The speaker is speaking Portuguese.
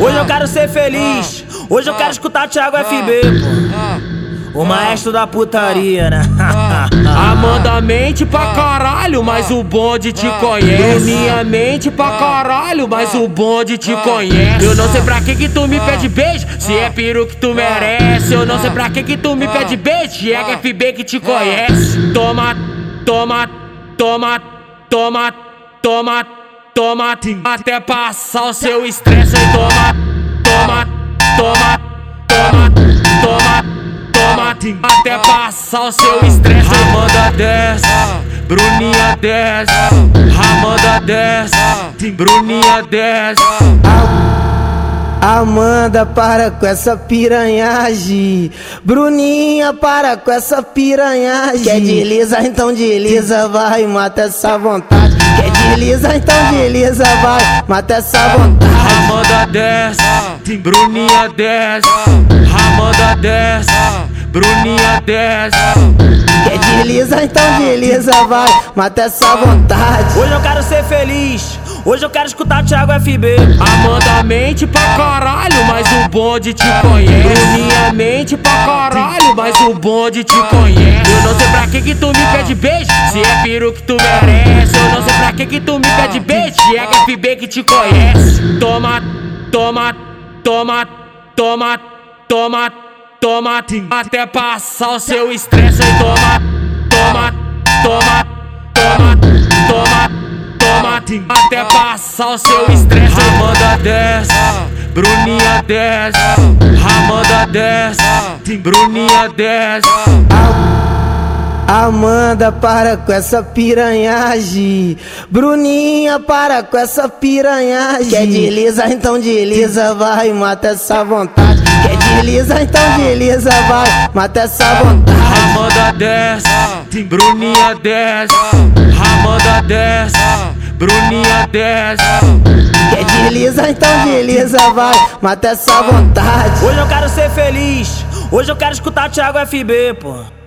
Hoje eu quero ser feliz. Hoje eu quero escutar Thiago FB, pô. O maestro da putaria, né? Amanda mente pra caralho, mas o bonde te conhece. Minha mente pra caralho, mas o bonde te conhece. Eu não sei pra que tu me pede beijo, se é peru que tu merece. Eu não sei pra que tu me pede beijo, é FB que te conhece. Toma, toma, toma, toma, toma, toma, até passar o seu estresse. Toma, toma, toma, toma, toma, toma, até passar o seu estresse. Amanda desce, Bruninha desce, Amanda desce, Bruninha desce. Amanda, para com essa piranhagem. Bruninha, para com essa piranhagem. Quer desliza, então desliza, vai, mata essa vontade. Quer desliza, então desliza, vai, mata essa vontade. Amanda desce, Bruninha desce, Amanda desce, Bruninha desce. Quer desliza, então desliza, vai, mata essa vontade. Hoje eu quero ser feliz. Hoje eu quero escutar Thiago FB. Amanda mente pra caralho, mas o bonde te conhece. Bruninha mente pra caralho, mas o bonde te conhece. Eu não sei pra que tu me pede beijo, se é peru que tu merece. Eu não sei pra que tu me pede beijo, é FB que te conhece. Toma, toma, toma, toma, toma, toma, até passar o seu estresse. Toma, toma, toma, toma, toma, toma, até passar o seu estresse. Amanda desce, Bruninha desce, Amanda desce, Bruninha desce. Amanda, para com essa piranhagem. Bruninha, para com essa piranhagem. Quer desliza, então desliza, vai, mata essa vontade. Quer desliza, então desliza, vai, mata essa vontade. Amanda desce, Bruninha desce, Amanda desce, Bruninha desce. Quer desliza, então desliza, vai, mata essa vontade. Hoje eu quero ser feliz. Hoje eu quero escutar Thiago FB, pô.